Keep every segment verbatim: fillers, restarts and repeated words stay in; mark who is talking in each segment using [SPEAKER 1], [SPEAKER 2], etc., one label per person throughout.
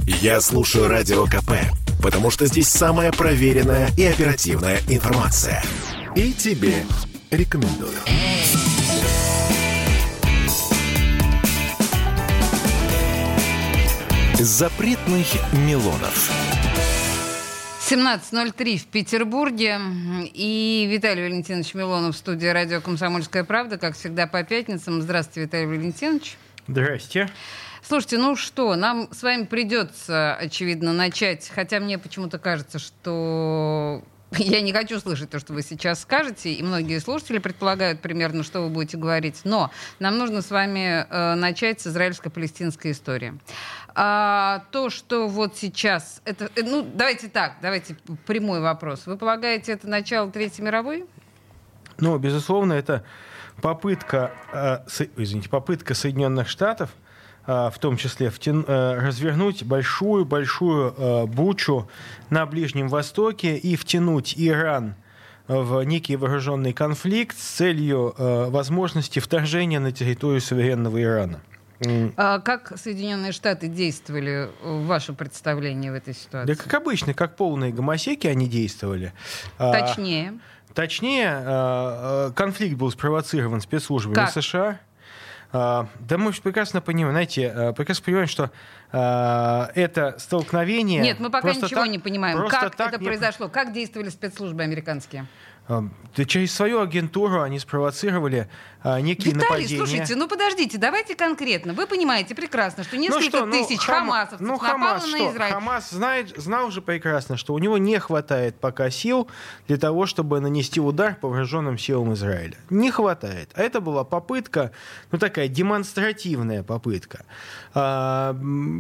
[SPEAKER 1] Я слушаю Радио КП, потому что здесь самая проверенная и оперативная информация. И тебе рекомендую. Запретных Милонов.
[SPEAKER 2] семнадцать ноль три в Петербурге. И Виталий Валентинович Милонов в студии радио «Комсомольская правда». Как всегда, по пятницам. Здравствуйте, Виталий Валентинович.
[SPEAKER 3] Здрасте.
[SPEAKER 2] Слушайте, ну что, нам с вами придется, очевидно, начать. Хотя мне почему-то кажется, что... Я не хочу слышать то, что вы сейчас скажете, и многие слушатели предполагают примерно, что вы будете говорить. Но нам нужно с вами э, начать с израильско-палестинской истории. А, то, что вот сейчас... Это, э, ну, давайте так, давайте прямой вопрос. Вы полагаете, это начало Третьей мировой?
[SPEAKER 3] Ну, безусловно, это попытка, э, со, извините, попытка Соединенных Штатов, в том числе втян, развернуть большую-большую э, бучу на Ближнем Востоке и втянуть Иран в некий вооруженный конфликт с целью э, возможности вторжения на территорию суверенного Ирана.
[SPEAKER 2] А как Соединенные Штаты действовали в ваше представление в этой ситуации?
[SPEAKER 3] Да, как обычно, как полные гомосеки они действовали.
[SPEAKER 2] Точнее?
[SPEAKER 3] А, точнее, э, конфликт был спровоцирован спецслужбами
[SPEAKER 2] как?
[SPEAKER 3] США. Uh, да мы прекрасно понимаем, знаете, uh, прекрасно понимаем, что uh, это столкновение...
[SPEAKER 2] Нет, мы пока ничего
[SPEAKER 3] так,
[SPEAKER 2] не понимаем. Как это
[SPEAKER 3] не...
[SPEAKER 2] произошло? Как действовали спецслужбы американские?
[SPEAKER 3] Uh, да через свою агентуру они спровоцировали uh, некие
[SPEAKER 2] Виталий,
[SPEAKER 3] нападения.
[SPEAKER 2] слушайте, ну подождите, давайте конкретно. Вы понимаете прекрасно, что несколько
[SPEAKER 3] ну что,
[SPEAKER 2] тысяч
[SPEAKER 3] ну,
[SPEAKER 2] хамасовцев
[SPEAKER 3] ну,
[SPEAKER 2] напало
[SPEAKER 3] Хамас,
[SPEAKER 2] на
[SPEAKER 3] что?
[SPEAKER 2] Израиль.
[SPEAKER 3] Хамас знает, знал же прекрасно, что у него не хватает пока сил для того, чтобы нанести удар по вооруженным силам Израиля. Не хватает. А это была попытка, ну такая демонстративная попытка. А,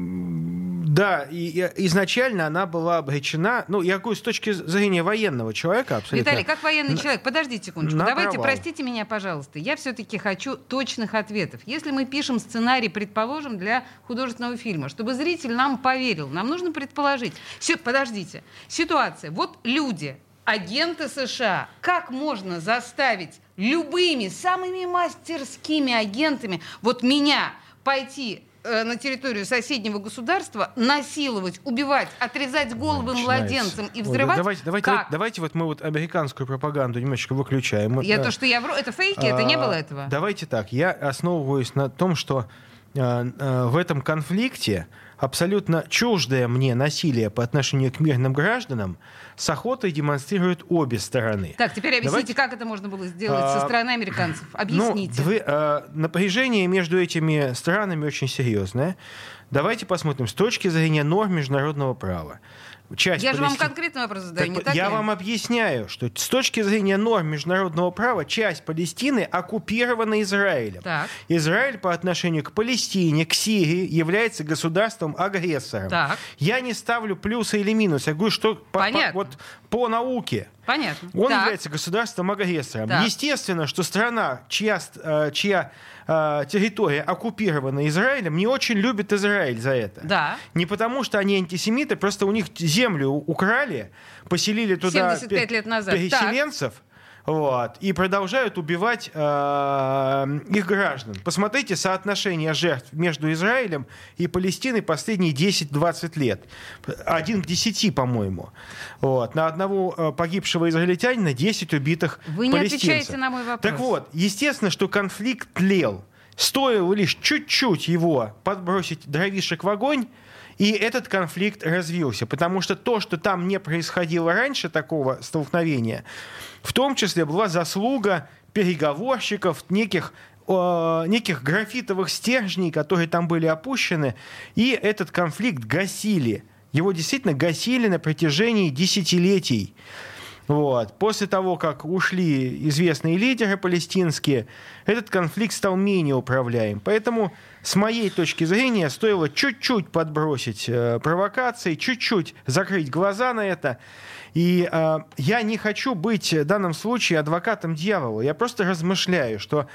[SPEAKER 3] да, и, и изначально она была обречена, ну я говорю с точки зрения военного человека абсолютно.
[SPEAKER 2] Виталий, как военный человек, подождите секундочку.
[SPEAKER 3] На
[SPEAKER 2] Давайте,
[SPEAKER 3] провал.
[SPEAKER 2] простите меня, пожалуйста. Я все-таки хочу точных ответов. Если мы пишем сценарий, предположим, для художественного фильма, чтобы зритель нам поверил, нам нужно предположить. Си- подождите. Ситуация. Вот люди, агенты США, как можно заставить любыми, самыми мастерскими агентами вот меня пойти на территорию соседнего государства, насиловать, убивать, отрезать головы
[SPEAKER 3] Начинается.
[SPEAKER 2] младенцам и взрывать?
[SPEAKER 3] Ой, давайте, давайте,
[SPEAKER 2] как?
[SPEAKER 3] давайте вот мы вот американскую пропаганду немножечко выключаем.
[SPEAKER 2] Я то, что я вру, это фейки, это не было этого?
[SPEAKER 3] Давайте так, я основываюсь на том, что э, э, в этом конфликте абсолютно чуждое мне насилие по отношению к мирным гражданам с охотой демонстрируют обе стороны.
[SPEAKER 2] Так, теперь объясните,
[SPEAKER 3] Давайте...
[SPEAKER 2] как это можно было сделать
[SPEAKER 3] а,
[SPEAKER 2] со стороны американцев. Объясните.
[SPEAKER 3] Ну, две, а, напряжение между этими странами очень серьезное. Давайте посмотрим с точки зрения норм международного права. Часть
[SPEAKER 2] я же
[SPEAKER 3] Палестин...
[SPEAKER 2] вам конкретный вопрос задаю,
[SPEAKER 3] так,
[SPEAKER 2] не так
[SPEAKER 3] Я
[SPEAKER 2] ли?
[SPEAKER 3] вам объясняю, что с точки зрения норм международного права часть Палестины оккупирована Израилем.
[SPEAKER 2] Так.
[SPEAKER 3] Израиль по отношению к Палестине, к Сирии является государством-агрессором.
[SPEAKER 2] Так.
[SPEAKER 3] Я не ставлю плюсы или минусы. Я говорю, что по, по, вот, по науке
[SPEAKER 2] Понятно.
[SPEAKER 3] он
[SPEAKER 2] так.
[SPEAKER 3] является государством-агрессором.
[SPEAKER 2] Так.
[SPEAKER 3] Естественно, что страна, чья, чья э, территория оккупирована Израилем, не очень любит Израиль за это.
[SPEAKER 2] Да.
[SPEAKER 3] Не потому, что они антисемиты, просто у них землю украли, поселили туда
[SPEAKER 2] семьдесят пять лет назад.
[SPEAKER 3] переселенцев. Вот, и продолжают убивать э, их граждан. Посмотрите соотношение жертв между Израилем и Палестиной последние десять-двадцать лет. Один к десяти, по-моему. Вот. На одного погибшего израильтянина десять убитых
[SPEAKER 2] Вы не
[SPEAKER 3] палестинцев.
[SPEAKER 2] отвечаете на мой вопрос.
[SPEAKER 3] Так вот, естественно, что конфликт тлел. Стоило лишь чуть-чуть его подбросить дровишек в огонь, и этот конфликт развился. Потому что то, что там не происходило раньше, такого столкновения, в том числе была заслуга переговорщиков, неких, э, неких графитовых стержней, которые там были опущены, и этот конфликт гасили. Его действительно гасили на протяжении десятилетий. Вот. После того, как ушли известные лидеры палестинские, этот конфликт стал менее управляем. Поэтому, с моей точки зрения, стоило чуть-чуть подбросить э, провокации, чуть-чуть закрыть глаза на это. И э, я не хочу быть в данном случае адвокатом дьявола. Я просто размышляю, что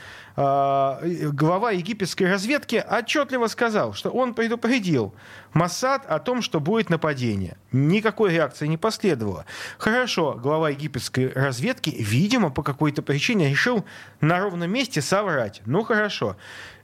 [SPEAKER 3] э, глава египетской разведки отчетливо сказал, что он предупредил Моссад о том, что будет нападение. Никакой реакции не последовало. Хорошо, глава египетской разведки, видимо, по какой-то причине решил на ровном месте соврать. Ну, хорошо.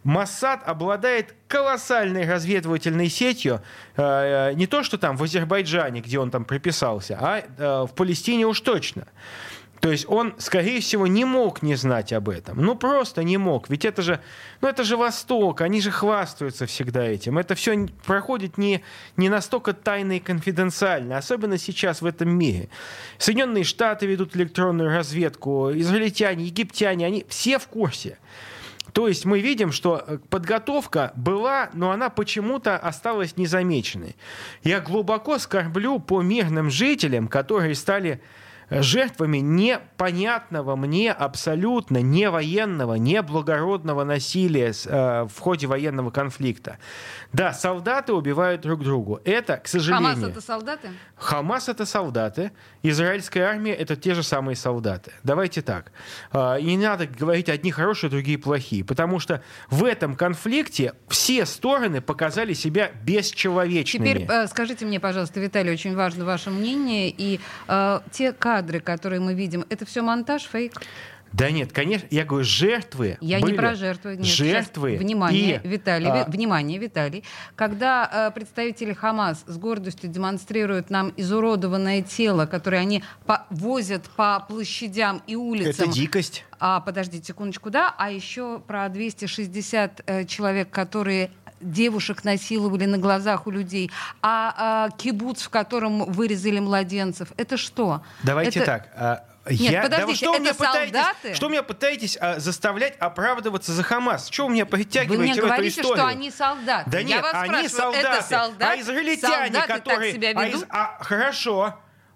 [SPEAKER 3] Моссад обладает колоссальной разведывательной сетью, э, не то что там в Азербайджане, где он там приписался, а э, в Палестине уж точно. То есть он, скорее всего, не мог не знать об этом. Ну, просто не мог. Ведь это же, ну, это же Восток, они же хвастаются всегда этим. Это все проходит не, не настолько тайно и конфиденциально, особенно сейчас в этом мире. Соединенные Штаты ведут электронную разведку, израильтяне, египтяне, они все в курсе. То есть мы видим, что подготовка была, но она почему-то осталась незамеченной. Я глубоко скорблю по мирным жителям, которые стали жертвами непонятного мне абсолютно не военного, не благородного насилия э, в ходе военного конфликта. Да, солдаты убивают друг друга. Это, к сожалению...
[SPEAKER 2] Хамас — это солдаты?
[SPEAKER 3] Хамас — это солдаты. Израильская армия — это те же самые солдаты. Давайте так. Э, и не надо говорить одни хорошие, другие плохие. Потому что в этом конфликте все стороны показали себя бесчеловечными.
[SPEAKER 2] Теперь э, скажите мне, пожалуйста, Виталий, очень важно ваше мнение. И э, те кадры, которые мы видим, это все монтаж, фейк?
[SPEAKER 3] Да нет, конечно, я говорю, жертвы
[SPEAKER 2] Я
[SPEAKER 3] были.
[SPEAKER 2] не про жертвы. Нет,
[SPEAKER 3] жертвы.
[SPEAKER 2] Сейчас, внимание,
[SPEAKER 3] и,
[SPEAKER 2] Виталий,
[SPEAKER 3] а...
[SPEAKER 2] внимание, Виталий. Когда э, представители Хамас с гордостью демонстрируют нам изуродованное тело, которое они по- возят по площадям и улицам.
[SPEAKER 3] Это дикость.
[SPEAKER 2] А, подождите секундочку, да. А еще про двести шестьдесят э, человек, которые... девушек насиловали на глазах у людей, а, а кибуц, в котором вырезали младенцев, это что?
[SPEAKER 3] Давайте
[SPEAKER 2] это...
[SPEAKER 3] так. А,
[SPEAKER 2] Нет,
[SPEAKER 3] я...
[SPEAKER 2] подождите,
[SPEAKER 3] да вы что
[SPEAKER 2] это
[SPEAKER 3] меня
[SPEAKER 2] солдаты?
[SPEAKER 3] Пытаетесь, что меня пытаетесь а, заставлять оправдываться за Хамас? Что вы меня притягиваете
[SPEAKER 2] Вы мне
[SPEAKER 3] в эту
[SPEAKER 2] говорите,
[SPEAKER 3] историю?
[SPEAKER 2] что они солдаты.
[SPEAKER 3] Да
[SPEAKER 2] я
[SPEAKER 3] нет,
[SPEAKER 2] вас
[SPEAKER 3] они
[SPEAKER 2] спрашиваю,
[SPEAKER 3] солдаты.
[SPEAKER 2] это солдаты?
[SPEAKER 3] А израильтяне,
[SPEAKER 2] солдаты
[SPEAKER 3] которые...
[SPEAKER 2] так себя
[SPEAKER 3] А
[SPEAKER 2] ведут?
[SPEAKER 3] из... а, хорошо.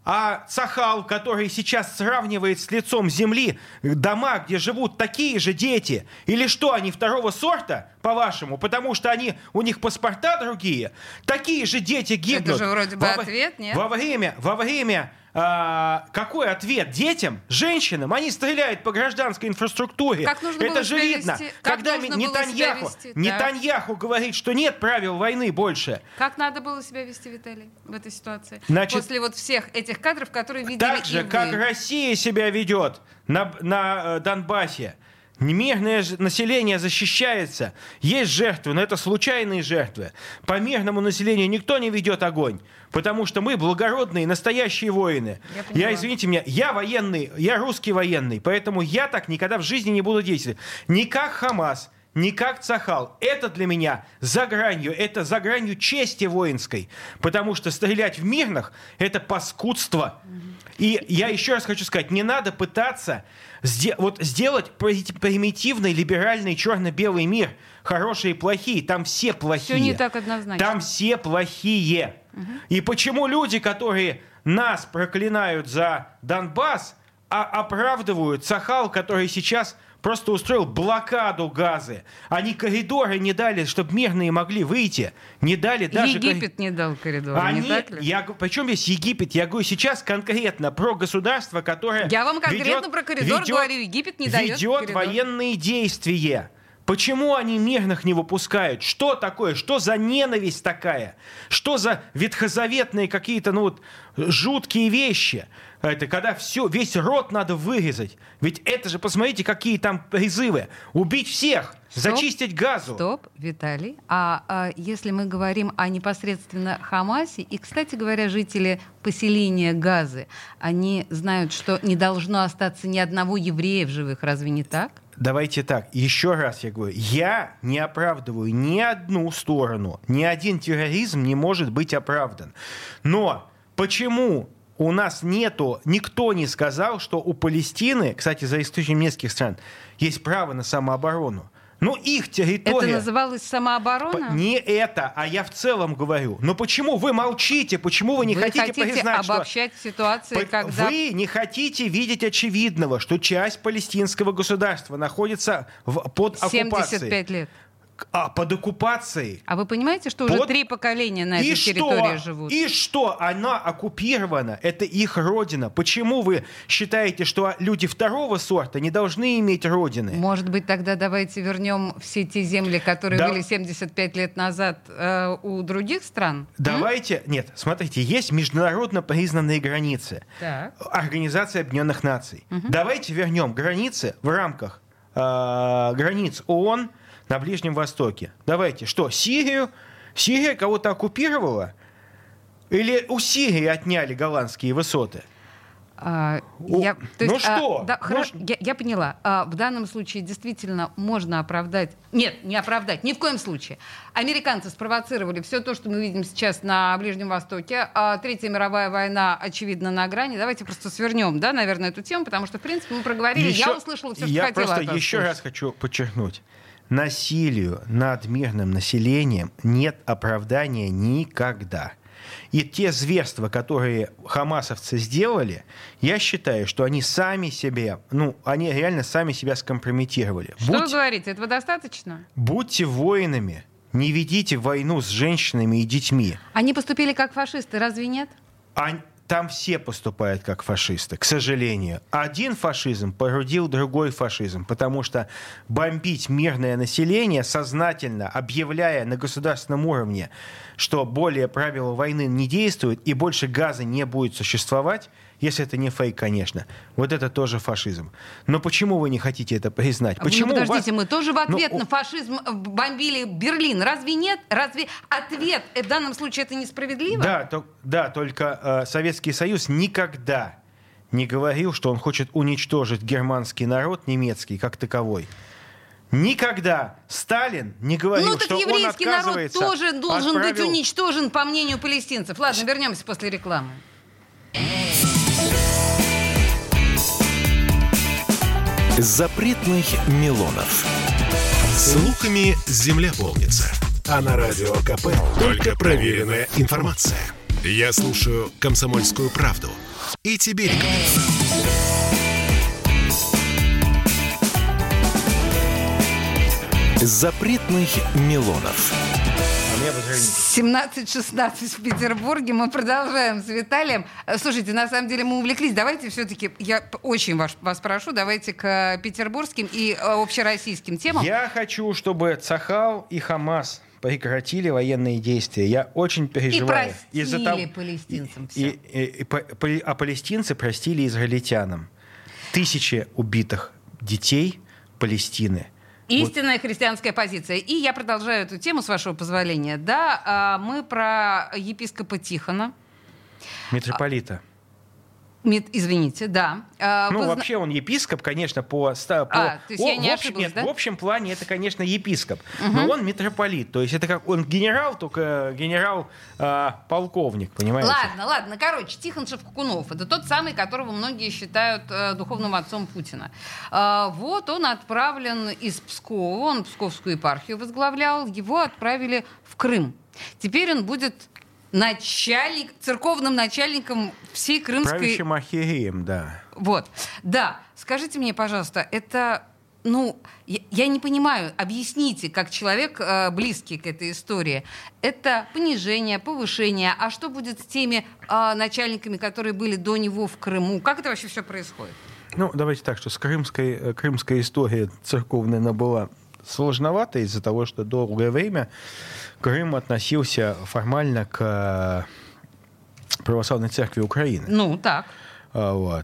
[SPEAKER 3] А Цахал, который сейчас сравнивает с лицом земли дома, где живут такие же дети, или что, они второго сорта, по-вашему, потому что они, у них паспорта другие, такие же дети гибнут.
[SPEAKER 2] Это же вроде бы
[SPEAKER 3] во,
[SPEAKER 2] ответ, нет?
[SPEAKER 3] Во время, во время а, какой ответ детям, женщинам? Они стреляют по гражданской инфраструктуре.
[SPEAKER 2] Как нужно
[SPEAKER 3] Это
[SPEAKER 2] было
[SPEAKER 3] же
[SPEAKER 2] себя
[SPEAKER 3] видно.
[SPEAKER 2] вести? Как
[SPEAKER 3] Когда
[SPEAKER 2] нужно было
[SPEAKER 3] Нетаньяху,
[SPEAKER 2] себя вести?
[SPEAKER 3] Нетаньяху говорит, что нет правил войны больше.
[SPEAKER 2] Как надо было себя вести, Виталий, в этой ситуации?
[SPEAKER 3] Значит,
[SPEAKER 2] после вот всех этих кадров, которые видели
[SPEAKER 3] так же,
[SPEAKER 2] и вы.
[SPEAKER 3] как Россия себя ведет на, на э, Донбассе. Мирное население защищается. Есть жертвы, но это случайные жертвы. По мирному населению никто не ведет огонь, потому что мы благородные, настоящие воины. Я, я извините меня, я военный, я русский военный, поэтому я так никогда в жизни не буду действовать. Не как Хамас, не как Цахал. Это для меня за гранью, это за гранью чести воинской, потому что стрелять в мирных — это паскудство. И я еще раз хочу сказать, не надо пытаться сде- вот сделать примитивный либеральный черно-белый мир, хорошие и плохие. Там все плохие.
[SPEAKER 2] Все не так однозначно.
[SPEAKER 3] Там все плохие. Угу. И почему люди, которые нас проклинают за Донбасс, а оправдывают Цахал, который сейчас просто устроил блокаду Газы. Они коридоры не дали, чтобы мирные могли выйти. Не дали даже...
[SPEAKER 2] Египет кор... не дал коридоры,
[SPEAKER 3] Они...
[SPEAKER 2] не так ли?
[SPEAKER 3] Я... Причем здесь Египет? Я говорю сейчас конкретно про государство, которое...
[SPEAKER 2] Я вам конкретно
[SPEAKER 3] ведет...
[SPEAKER 2] про коридор
[SPEAKER 3] ведет...
[SPEAKER 2] говорю. Египет не дает
[SPEAKER 3] ведет
[SPEAKER 2] коридор.
[SPEAKER 3] военные действия. Почему они мирных не выпускают? Что такое? Что за ненависть такая? Что за ветхозаветные какие-то, ну вот, жуткие вещи? Это когда все, весь рот надо вырезать. Ведь это же, посмотрите, какие там призывы. Убить всех, Стоп. Зачистить Газу.
[SPEAKER 2] Стоп, Виталий. А, а если мы говорим о непосредственно Хамасе, и, кстати говоря, жители поселения Газы, они знают, что не должно остаться ни одного еврея в живых. Разве не так?
[SPEAKER 3] Давайте так, еще раз я говорю, я не оправдываю ни одну сторону, ни один терроризм не может быть оправдан. Но почему у нас нету, никто не сказал, что у Палестины, кстати, за исключением нескольких стран, есть право на самооборону? Ну, их территория...
[SPEAKER 2] Это называлось самооборона?
[SPEAKER 3] Не это, а я в целом говорю. Но почему вы молчите? Почему вы не
[SPEAKER 2] вы
[SPEAKER 3] хотите,
[SPEAKER 2] хотите
[SPEAKER 3] признать,
[SPEAKER 2] обобщать
[SPEAKER 3] что...
[SPEAKER 2] ситуацию, когда...
[SPEAKER 3] Вы не хотите видеть очевидного, что часть палестинского государства находится в... под оккупацией.
[SPEAKER 2] семьдесят пять лет.
[SPEAKER 3] А, под оккупацией.
[SPEAKER 2] А вы понимаете, что
[SPEAKER 3] под...
[SPEAKER 2] уже три поколения на
[SPEAKER 3] и
[SPEAKER 2] этой
[SPEAKER 3] что?
[SPEAKER 2] территории живут?
[SPEAKER 3] И что? Она оккупирована. Это их родина. Почему вы считаете, что люди второго сорта не должны иметь родины?
[SPEAKER 2] Может быть, тогда давайте вернем все те земли, которые да. были семьдесят пять лет назад э, у других стран?
[SPEAKER 3] Давайте... М? Нет, смотрите, есть международно признанные границы.
[SPEAKER 2] Так.
[SPEAKER 3] Организация Объединенных Наций.
[SPEAKER 2] Угу.
[SPEAKER 3] Давайте вернем границы в рамках э, границ ООН, на Ближнем Востоке. Давайте, что, Сирию? Сирия кого-то оккупировала? Или у Сирии отняли голландские высоты?
[SPEAKER 2] А, я, то
[SPEAKER 3] ну
[SPEAKER 2] есть,
[SPEAKER 3] что?
[SPEAKER 2] А, да,
[SPEAKER 3] ну,
[SPEAKER 2] хорошо, я, я поняла. А, в данном случае действительно можно оправдать... Нет, не оправдать, ни в коем случае. Американцы спровоцировали все то, что мы видим сейчас на Ближнем Востоке. А Третья мировая война, очевидно, на грани. Давайте просто свернем, да, наверное, эту тему, потому что, в принципе, мы проговорили.
[SPEAKER 3] Еще,
[SPEAKER 2] я услышала все, что
[SPEAKER 3] я
[SPEAKER 2] хотела.
[SPEAKER 3] Я просто еще раз хочу подчеркнуть. Насилию над мирным населением нет оправдания никогда. И те зверства, которые хамасовцы сделали, я считаю, что они сами себе, ну, они реально сами себя скомпрометировали.
[SPEAKER 2] Что
[SPEAKER 3] Будь,
[SPEAKER 2] вы говорите, этого достаточно?
[SPEAKER 3] Будьте воинами, не ведите войну с женщинами и детьми.
[SPEAKER 2] Они поступили как фашисты, разве нет?
[SPEAKER 3] А, там все поступают как фашисты, к сожалению. Один фашизм породил другой фашизм, потому что бомбить мирное население, сознательно объявляя на государственном уровне, что более правила войны не действуют и больше газа не будет существовать, если это не фейк, конечно. Вот это тоже фашизм. Но почему вы не хотите это признать? Почему
[SPEAKER 2] ну, подождите,
[SPEAKER 3] вас...
[SPEAKER 2] мы тоже в ответ
[SPEAKER 3] ну,
[SPEAKER 2] на фашизм бомбили Берлин. Разве нет? Разве ответ в данном случае это несправедливо?
[SPEAKER 3] Да, то, да только э, Советский Союз никогда не говорил, что он хочет уничтожить германский народ, немецкий, как таковой. Никогда Сталин не говорил,
[SPEAKER 2] ну, так
[SPEAKER 3] что он
[SPEAKER 2] еврейский народ
[SPEAKER 3] отказывается...
[SPEAKER 2] тоже должен
[SPEAKER 3] отправил...
[SPEAKER 2] быть уничтожен, по мнению палестинцев. Ладно, вернемся после рекламы.
[SPEAKER 1] Запретных Милонов. Слухами земля полнится. А на Радио КП только проверенная информация. Я слушаю «Комсомольскую правду» и тебе рекомендую. Запретных Милонов.
[SPEAKER 2] семнадцать шестнадцать в Петербурге. Мы продолжаем с Виталием. Слушайте, на самом деле мы увлеклись. Давайте все-таки, я очень вас, вас прошу, давайте к петербургским и общероссийским темам.
[SPEAKER 3] Я хочу, чтобы Цахал и Хамас прекратили военные действия. Я очень переживаю.
[SPEAKER 2] И простили
[SPEAKER 3] того...
[SPEAKER 2] палестинцам все.
[SPEAKER 3] И, и, и, и, а палестинцы простили израильтянам. Тысячи убитых детей Палестины.
[SPEAKER 2] Истинная вот. Христианская позиция. И я продолжаю эту тему, с вашего позволения. Да, мы про епископа
[SPEAKER 3] Митрополита.
[SPEAKER 2] Мит, извините, да.
[SPEAKER 3] Ну,
[SPEAKER 2] Вы
[SPEAKER 3] вообще он епископ, конечно, по... по
[SPEAKER 2] а, то есть
[SPEAKER 3] о,
[SPEAKER 2] я не
[SPEAKER 3] в общем,
[SPEAKER 2] ошиблась,
[SPEAKER 3] нет,
[SPEAKER 2] да?
[SPEAKER 3] в общем плане это, конечно, епископ.
[SPEAKER 2] Угу.
[SPEAKER 3] Но он митрополит. То есть это как он генерал, только генерал-полковник, э, понимаете?
[SPEAKER 2] Ладно, ладно. Короче, Тихон Шевкунов. Это тот самый, которого многие считают э, духовным отцом Путина. Э, вот он отправлен из Пскова. Он Псковскую епархию возглавлял. Его отправили в Крым. Теперь он будет... начальник, церковным начальником всей крымской...
[SPEAKER 3] Правящим архиереем, да.
[SPEAKER 2] Вот. Да. Скажите мне, пожалуйста, это... Ну, я, я не понимаю. Объясните, как человек, э, близкий к этой истории. Это понижение, повышение. А что будет с теми э, начальниками, которые были до него в Крыму? Как это вообще все происходит?
[SPEAKER 3] Ну, давайте так, что с крымской, крымская история церковная, она была сложновато из-за того, что долгое время Крым относился формально к православной церкви Украины.
[SPEAKER 2] Ну, так.
[SPEAKER 3] Вот,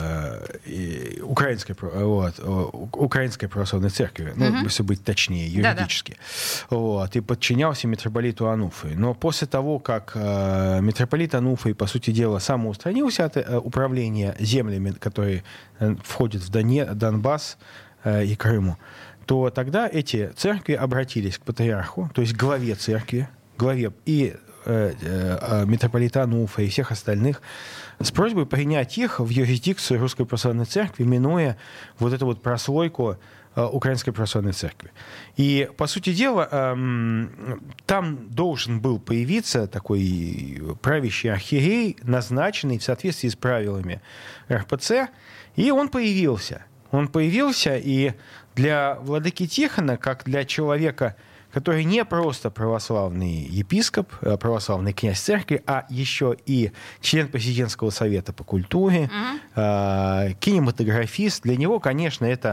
[SPEAKER 3] и украинской, вот, украинской православной церкви, ну, угу. если быть точнее, юридически. Да-да. Вот, и подчинялся митрополиту Ануфрию. Но после того, как митрополит Ануфрий, по сути дела, самоустранился от управления землями, которые входят в Доне, Донбасс и Крыму, то тогда эти церкви обратились к патриарху, то есть к главе церкви, главе и э, э, митрополита Ануфрия и всех остальных, с просьбой принять их в юрисдикцию Русской Православной Церкви, минуя вот эту вот прослойку э, Украинской Православной Церкви. И, по сути дела, э, там должен был появиться такой правящий архиерей, назначенный в соответствии с правилами эр пэ цэ, и он появился. Он появился, и для владыки Тихона, как для человека, который не просто православный епископ, православный князь церкви, а еще и член президентского совета по культуре, mm-hmm. кинематографист, для него, конечно, это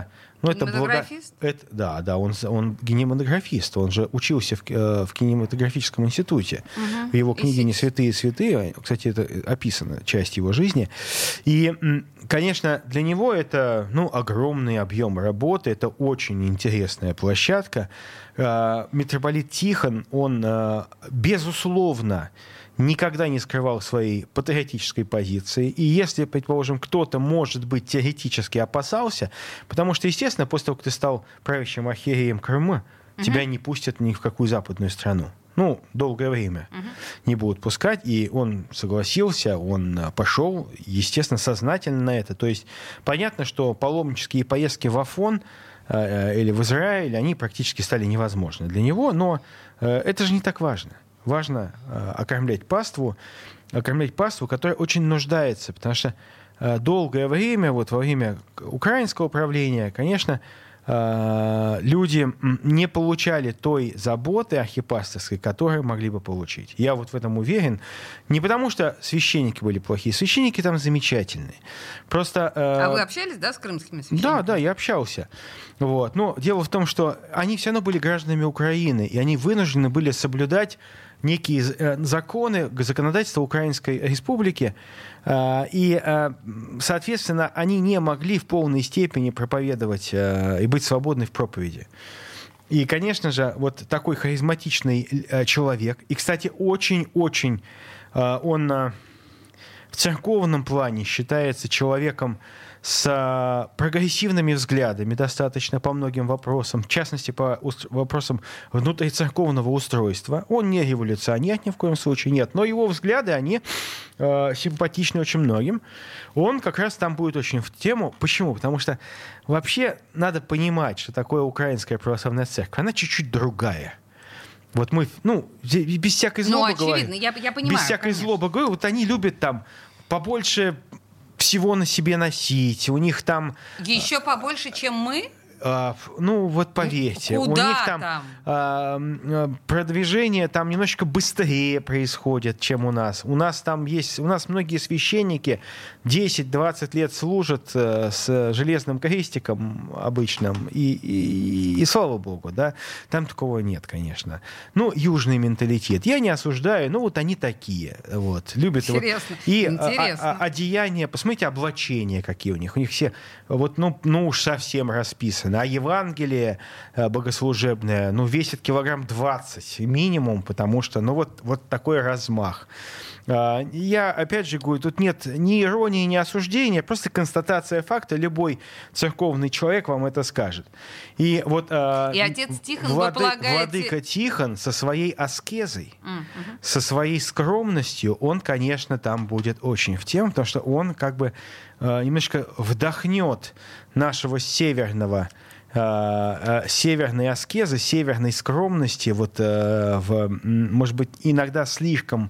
[SPEAKER 3] Ну, это
[SPEAKER 2] кинематографист?
[SPEAKER 3] Благо... Это, да, да, он, он кинематографист. Он же учился в, в кинематографическом институте. Угу. В его книге «Не святые святые», кстати, это описана часть его жизни. И, конечно, для него это ну, огромный объем работы, это очень интересная площадка. Митрополит Тихон, он, безусловно, никогда не скрывал своей патриотической позиции. И если, предположим, кто-то, может быть, теоретически опасался, потому что, естественно, после того, как ты стал правящим архиереем Крыма, угу. тебя не пустят ни в какую западную страну. Ну, долгое время угу. не будут пускать. И он согласился, он пошел, естественно, сознательно на это. То есть понятно, что паломнические поездки в Афон э, или в Израиль, они практически стали невозможны для него. Но э, это же не так важно. Важно э, окормлять паству, окормлять паству, которая очень нуждается, потому что э, долгое время, вот во время украинского правления, конечно, э, люди не получали той заботы архипастырской, которую могли бы получить. Я вот в этом уверен. Не потому, что священники были плохие. Священники там замечательные. Просто, э,
[SPEAKER 2] а вы общались, да, с крымскими священниками?
[SPEAKER 3] Да, да, я общался. Вот. Но дело в том, что они все равно были гражданами Украины, и они вынуждены были соблюдать некие законы, законодательства Украинской Республики, и, соответственно, они не могли в полной степени проповедовать и быть свободны в проповеди. И, конечно же, вот такой харизматичный человек, и, кстати, очень-очень он в церковном плане считается человеком с прогрессивными взглядами достаточно по многим вопросам, в частности, по уст- вопросам внутрицерковного устройства. Он не революционер, ни в коем случае нет, но его взгляды, они э, симпатичны очень многим. Он как раз там будет очень в тему. Почему? Потому что вообще надо понимать, что такое украинская православная церковь. Она чуть-чуть другая. Вот мы, ну, без всякой злобы
[SPEAKER 2] ну, очевидно,
[SPEAKER 3] говорим.
[SPEAKER 2] Я, я понимаю,
[SPEAKER 3] без всякой
[SPEAKER 2] конечно.
[SPEAKER 3] злобы говорю, вот они любят там побольше всего на себе носить. У них там...
[SPEAKER 2] Еще побольше, чем мы?
[SPEAKER 3] А, ну, вот поверьте.
[SPEAKER 2] Куда
[SPEAKER 3] у них там,
[SPEAKER 2] там?
[SPEAKER 3] А, продвижение там немножечко быстрее происходит, чем у нас. У нас там есть... У нас многие священники десять-двадцать лет служат а, с железным крестиком обычным. И, и, и слава богу, да. Там такого нет, конечно. Ну, южный менталитет. Я не осуждаю, но вот они такие. Вот, любят.
[SPEAKER 2] Интересно.
[SPEAKER 3] Вот. И
[SPEAKER 2] Интересно.
[SPEAKER 3] А, а, одеяния... Посмотрите, облачения какие у них. У них все... Вот, ну, ну уж совсем расписаны. А Евангелие богослужебное, ну, весит килограмм двадцать минимум, потому что, ну, вот, вот такой размах. Я, опять же, говорю, тут нет ни иронии, ни осуждения, просто констатация факта. Любой церковный человек вам это скажет. И вот
[SPEAKER 2] и отец Тихон,
[SPEAKER 3] Влады,
[SPEAKER 2] вы полагаете...
[SPEAKER 3] владыка Тихон со своей аскезой,
[SPEAKER 2] mm-hmm. со
[SPEAKER 3] своей скромностью, он, конечно, там будет очень в тему, потому что он как бы немножко вдохнет нашего северного северной аскезы, северной скромности, вот, в, может быть, иногда слишком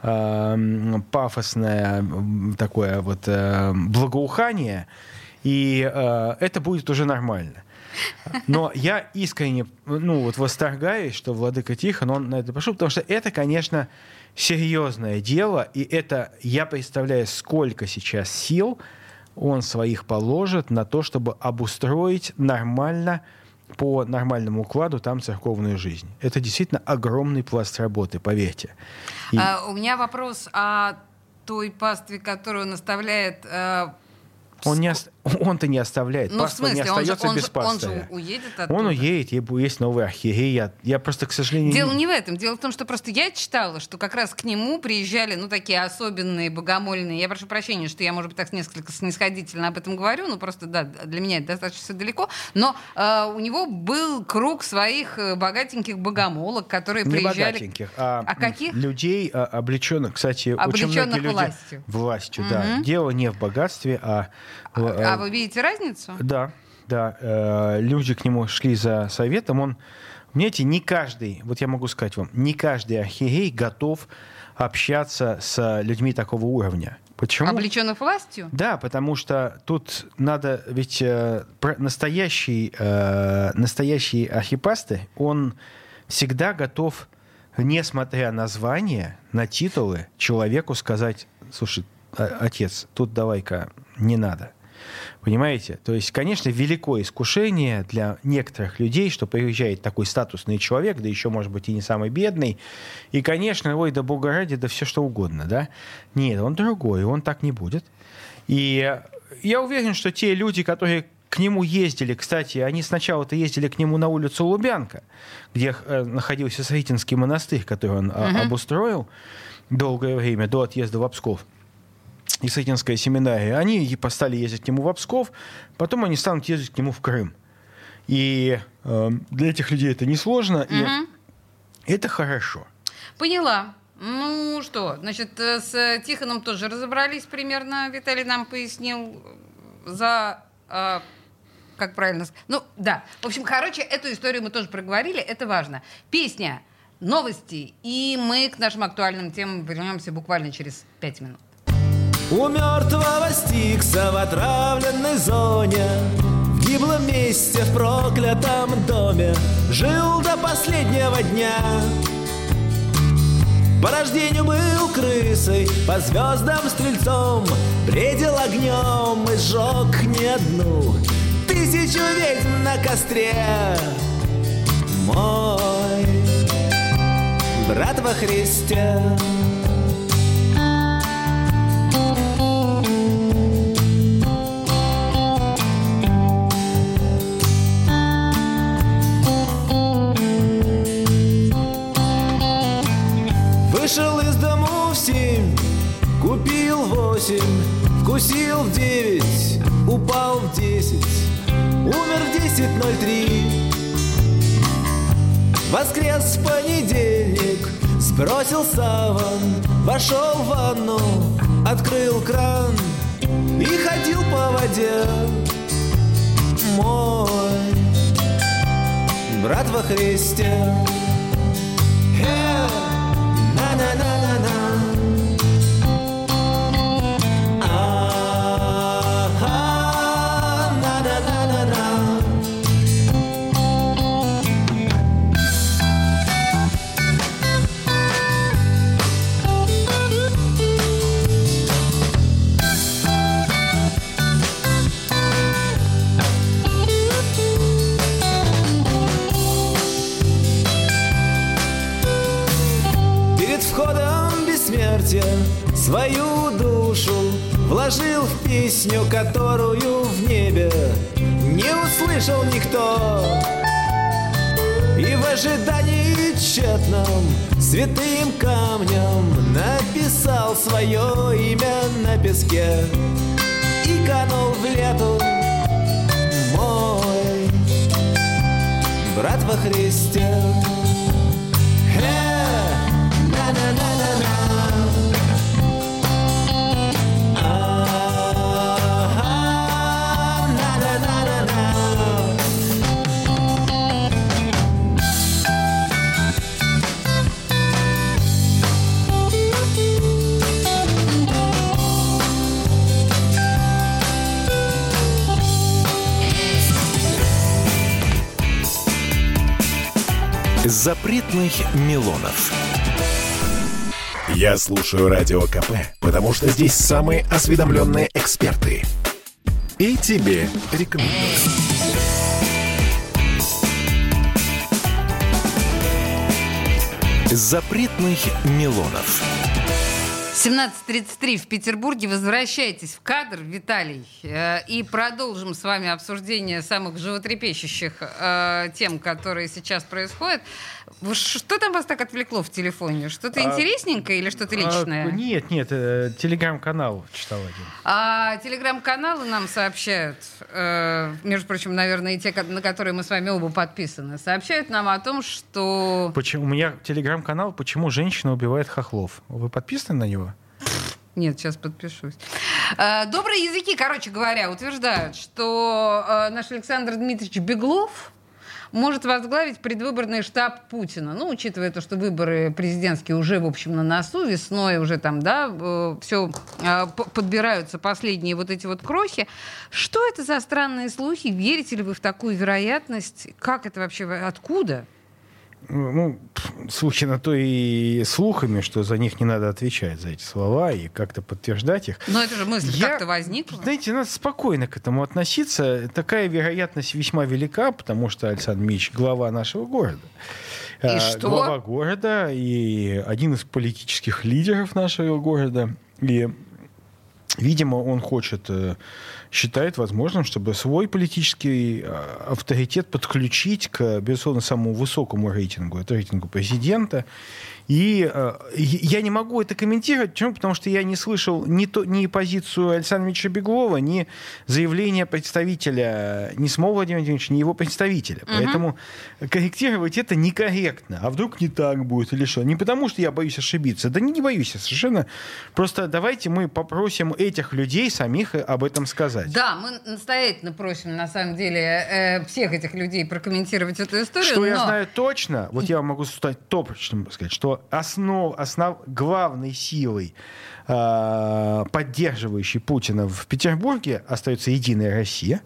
[SPEAKER 3] пафосное такое вот благоухание, и это будет уже нормально. Но я искренне, ну, вот восторгаюсь, что владыка Тихон, он на это пошел, потому что это, конечно, серьезное дело, и это, я представляю, сколько сейчас сил он своих положит на то, чтобы обустроить нормально, по нормальному укладу там церковную жизнь. Это действительно огромный пласт работы, поверьте.
[SPEAKER 2] И... А, у меня вопрос о той пастве, которую наставляет... А...
[SPEAKER 3] Он не ост... Он-то не оставляет.
[SPEAKER 2] Ну,
[SPEAKER 3] паства не остается
[SPEAKER 2] он же,
[SPEAKER 3] без пастыря.
[SPEAKER 2] Он же уедет оттуда.
[SPEAKER 3] Он уедет, есть новый архиерей. Я, я просто, к сожалению...
[SPEAKER 2] Дело
[SPEAKER 3] не...
[SPEAKER 2] не в этом. Дело в том, что просто я читала, что как раз к нему приезжали, ну, такие особенные, богомольные. Я прошу прощения, что я, может быть, так несколько снисходительно об этом говорю, но просто, да, для меня это достаточно далеко. Но э, у него был круг своих богатеньких богомолок, которые
[SPEAKER 3] не
[SPEAKER 2] приезжали...
[SPEAKER 3] богатеньких, а,
[SPEAKER 2] а каких?
[SPEAKER 3] Людей, а, облеченных, кстати,
[SPEAKER 2] облеченных
[SPEAKER 3] очень многие люди...
[SPEAKER 2] властью.
[SPEAKER 3] Властью,
[SPEAKER 2] угу.
[SPEAKER 3] да. Дело не в богатстве, а...
[SPEAKER 2] А, а вы видите разницу?
[SPEAKER 3] Да, да. Э, люди к нему шли за советом. Он, понимаете, не каждый, вот я могу сказать вам, не каждый архиерей готов общаться с людьми такого уровня. Почему?
[SPEAKER 2] Облеченных властью?
[SPEAKER 3] Да, потому что тут надо, ведь э, настоящий, э, настоящий архипастырь, он всегда готов, несмотря на звание, на титулы, человеку сказать: слушай, отец, тут давай-ка не надо. Понимаете? То есть, конечно, великое искушение для некоторых людей, что приезжает такой статусный человек, да еще, может быть, и не самый бедный, и, конечно, ой, да бога ради, да все что угодно, да? Нет, он другой, он так не будет. И я уверен, что те люди, которые к нему ездили, кстати, они сначала-то ездили к нему на улицу Лубянка, где э, находился Сретенский монастырь, который он uh-huh. обустроил долгое время, до отъезда в Псков. И Сретенская семинария, они стали ездить к нему в Псков, потом они станут ездить к нему в Крым. И э, для этих людей это несложно, uh-huh. и это хорошо.
[SPEAKER 2] Поняла. Ну что, значит, с Тихоном тоже разобрались примерно, Виталий нам пояснил, за, э, как правильно сказать, ну да, в общем, короче, эту историю мы тоже проговорили, это важно. Песня, новости, и мы к нашим актуальным темам вернемся буквально через пять минут.
[SPEAKER 4] У мертвого Стикса в отравленной зоне, в гиблом месте, в проклятом доме, жил до последнего дня. По рождению был крысой, по звездам стрельцом, бредил огнем и сжег не одну тысячу ведьм на костре. Мой брат во Христе. Вышел из дому в семь, купил восемь, вкусил в девять, упал в десять, умер в десять ноль три. Воскрес в понедельник, сбросил саван, вошел в ванну, открыл кран и ходил по воде. Мой брат во Христе. На-на-на-на-на. А-а-а, на-на-на-на-на. Свою душу вложил в песню, которую в небе не услышал никто. И в ожидании тщетном святым камнем написал свое имя на песке и канул в лету. Мой брат во Христе. На-на-на-на-на.
[SPEAKER 1] Запретных Милонов. Я слушаю Радио КП, потому что здесь самые осведомленные эксперты. И тебе рекомендую. Запретных Милонов.
[SPEAKER 2] семнадцать тридцать три в Петербурге. Возвращайтесь в кадр, Виталий, э, и продолжим с вами обсуждение самых животрепещущих э, тем, которые сейчас происходят. Что там вас так отвлекло в телефоне? Что-то а, интересненькое или что-то личное?
[SPEAKER 3] А, нет, нет, э, телеграм-канал читал один.
[SPEAKER 2] А телеграм-каналы нам сообщают, э, между прочим, наверное, и те, на которые мы с вами оба подписаны, сообщают нам о том, что...
[SPEAKER 3] Почему? У меня телеграм-канал «Почему женщина убивает хохлов». Вы подписаны на него?
[SPEAKER 2] Нет, сейчас подпишусь. Добрые языки, короче говоря, утверждают, что наш Александр Дмитриевич Беглов может возглавить предвыборный штаб Путина. Ну, учитывая то, что выборы президентские уже, в общем, на носу, весной уже там, да, все подбираются последние вот эти вот крохи. Что это за странные слухи? Верите ли вы в такую вероятность? Как это вообще? Откуда?
[SPEAKER 3] ну, слухи на то и слухами, что за них не надо отвечать, за эти слова, и как-то подтверждать их.
[SPEAKER 2] Но это же мысль
[SPEAKER 3] Я,
[SPEAKER 2] как-то возникла.
[SPEAKER 3] Знаете, надо спокойно к этому относиться. Такая вероятность весьма велика, потому что Александр Ильич глава нашего города.
[SPEAKER 2] И
[SPEAKER 3] а,
[SPEAKER 2] что?
[SPEAKER 3] Глава города и один из политических лидеров нашего города. И, видимо, он хочет... считает возможным, чтобы свой политический авторитет подключить к, безусловно, самому высокому рейтингу, это рейтингу президента. И э, я не могу это комментировать. Почему? Потому что я не слышал ни, то, ни позицию Александра Ильича Беглова, ни заявления представителя, ни самого Владимира Владимировича, ни его представителя. Угу. Поэтому корректировать это некорректно. А вдруг не так будет или что? Не потому, что я боюсь ошибиться. Да не, не боюсь я совершенно. Просто давайте мы попросим этих людей самих об этом сказать.
[SPEAKER 2] Да, мы настоятельно просим, на самом деле, э, всех этих людей прокомментировать эту историю.
[SPEAKER 3] Что
[SPEAKER 2] но...
[SPEAKER 3] я знаю точно, вот я вам могу стать точно сказать, что Основ, основ, главной силой, э, поддерживающей Путина в Петербурге, остается «Единая Россия».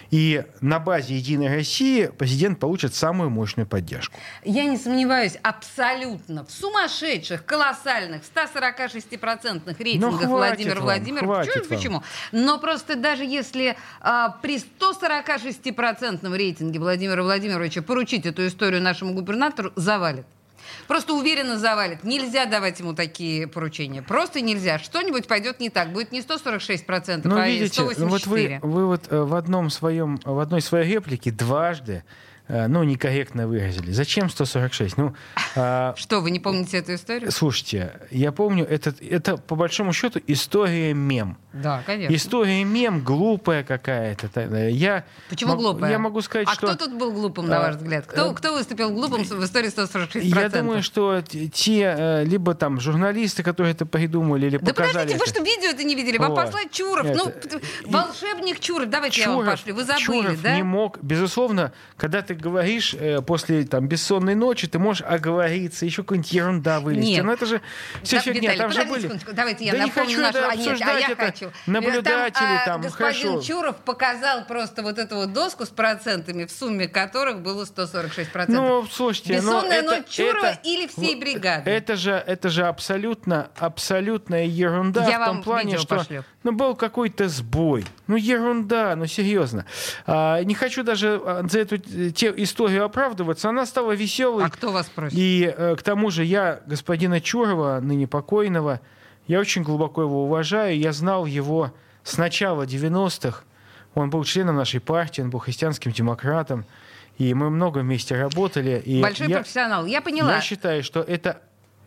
[SPEAKER 3] И на базе «Единой России» президент получит самую мощную поддержку.
[SPEAKER 2] Я не сомневаюсь абсолютно в сумасшедших, колоссальных, ста сорока шести процентных рейтингах
[SPEAKER 3] ну,
[SPEAKER 2] Владимира Владимировича.
[SPEAKER 3] Почему?
[SPEAKER 2] Почему? Но просто даже если э, при ста сорока шести процентном рейтинге Владимира Владимировича поручить эту историю нашему губернатору, завалит. Просто уверенно завалит. Нельзя давать ему такие поручения. Просто нельзя. Что-нибудь пойдет не так. Будет не сто сорок шесть процентов,
[SPEAKER 3] ну,
[SPEAKER 2] а
[SPEAKER 3] видите,
[SPEAKER 2] сто восемьдесят четыре.
[SPEAKER 3] Вот вы, вы вот в, одном своем, в одной своей реплике дважды ну, некорректно выразили. Зачем сто сорок шесть? Ну, а...
[SPEAKER 2] Что, вы не помните эту историю?
[SPEAKER 3] Слушайте, я помню, это, это по большому счету история мем.
[SPEAKER 2] Да, конечно.
[SPEAKER 3] История мем глупая какая-то. Я
[SPEAKER 2] Почему
[SPEAKER 3] мог,
[SPEAKER 2] глупая?
[SPEAKER 3] Я могу сказать,
[SPEAKER 2] а
[SPEAKER 3] что...
[SPEAKER 2] кто тут был глупым, на ваш взгляд? Кто, кто выступил глупым в истории сто сорок шесть процентов?
[SPEAKER 3] Я думаю, что те, либо там журналисты, которые это придумали, или
[SPEAKER 2] да
[SPEAKER 3] показали...
[SPEAKER 2] Да подождите,
[SPEAKER 3] это...
[SPEAKER 2] вы что, видео это не видели? Вам
[SPEAKER 3] О,
[SPEAKER 2] послать Чуров.
[SPEAKER 3] это...
[SPEAKER 2] Ну, волшебник Чуров. Давайте
[SPEAKER 3] Чуров,
[SPEAKER 2] я вам пошлю. Вы забыли,
[SPEAKER 3] Чуров
[SPEAKER 2] да?
[SPEAKER 3] не мог... Безусловно, когда ты говоришь э, после там, бессонной ночи, ты можешь оговориться, еще какая-нибудь ерунда вылезти.
[SPEAKER 2] Нет.
[SPEAKER 3] Но это же все
[SPEAKER 2] да,
[SPEAKER 3] фигня.
[SPEAKER 2] Виталий,
[SPEAKER 3] там же были...
[SPEAKER 2] секундочку. Давайте я
[SPEAKER 3] да
[SPEAKER 2] напомню
[SPEAKER 3] не хочу
[SPEAKER 2] нашу...
[SPEAKER 3] это
[SPEAKER 2] а, нет,
[SPEAKER 3] обсуждать,
[SPEAKER 2] а я
[SPEAKER 3] это
[SPEAKER 2] хочу.
[SPEAKER 3] наблюдатели
[SPEAKER 2] там,
[SPEAKER 3] там,
[SPEAKER 2] а, господин
[SPEAKER 3] хорошо.
[SPEAKER 2] Чуров показал просто вот эту вот доску с процентами, в сумме которых было сто сорок шесть процентов.
[SPEAKER 3] Ну, слушайте,
[SPEAKER 2] бессонная
[SPEAKER 3] но это,
[SPEAKER 2] ночь Чурова
[SPEAKER 3] это,
[SPEAKER 2] или всей бригады?
[SPEAKER 3] Это же, это же абсолютно, абсолютная ерунда
[SPEAKER 2] я
[SPEAKER 3] в том плане, что
[SPEAKER 2] пошлю.
[SPEAKER 3] ну, был какой-то сбой. Ну, ерунда, ну, серьезно. А, не хочу даже за эту те, историю оправдываться. Она стала веселой.
[SPEAKER 2] А кто вас просит?
[SPEAKER 3] И э, к тому же я господина Чурова, ныне покойного, я очень глубоко его уважаю. Я знал его с начала девяностых. Он был членом нашей партии, он был христианским демократом. И мы много вместе работали. И
[SPEAKER 2] Большой
[SPEAKER 3] я,
[SPEAKER 2] профессионал, я поняла.
[SPEAKER 3] Я считаю, что это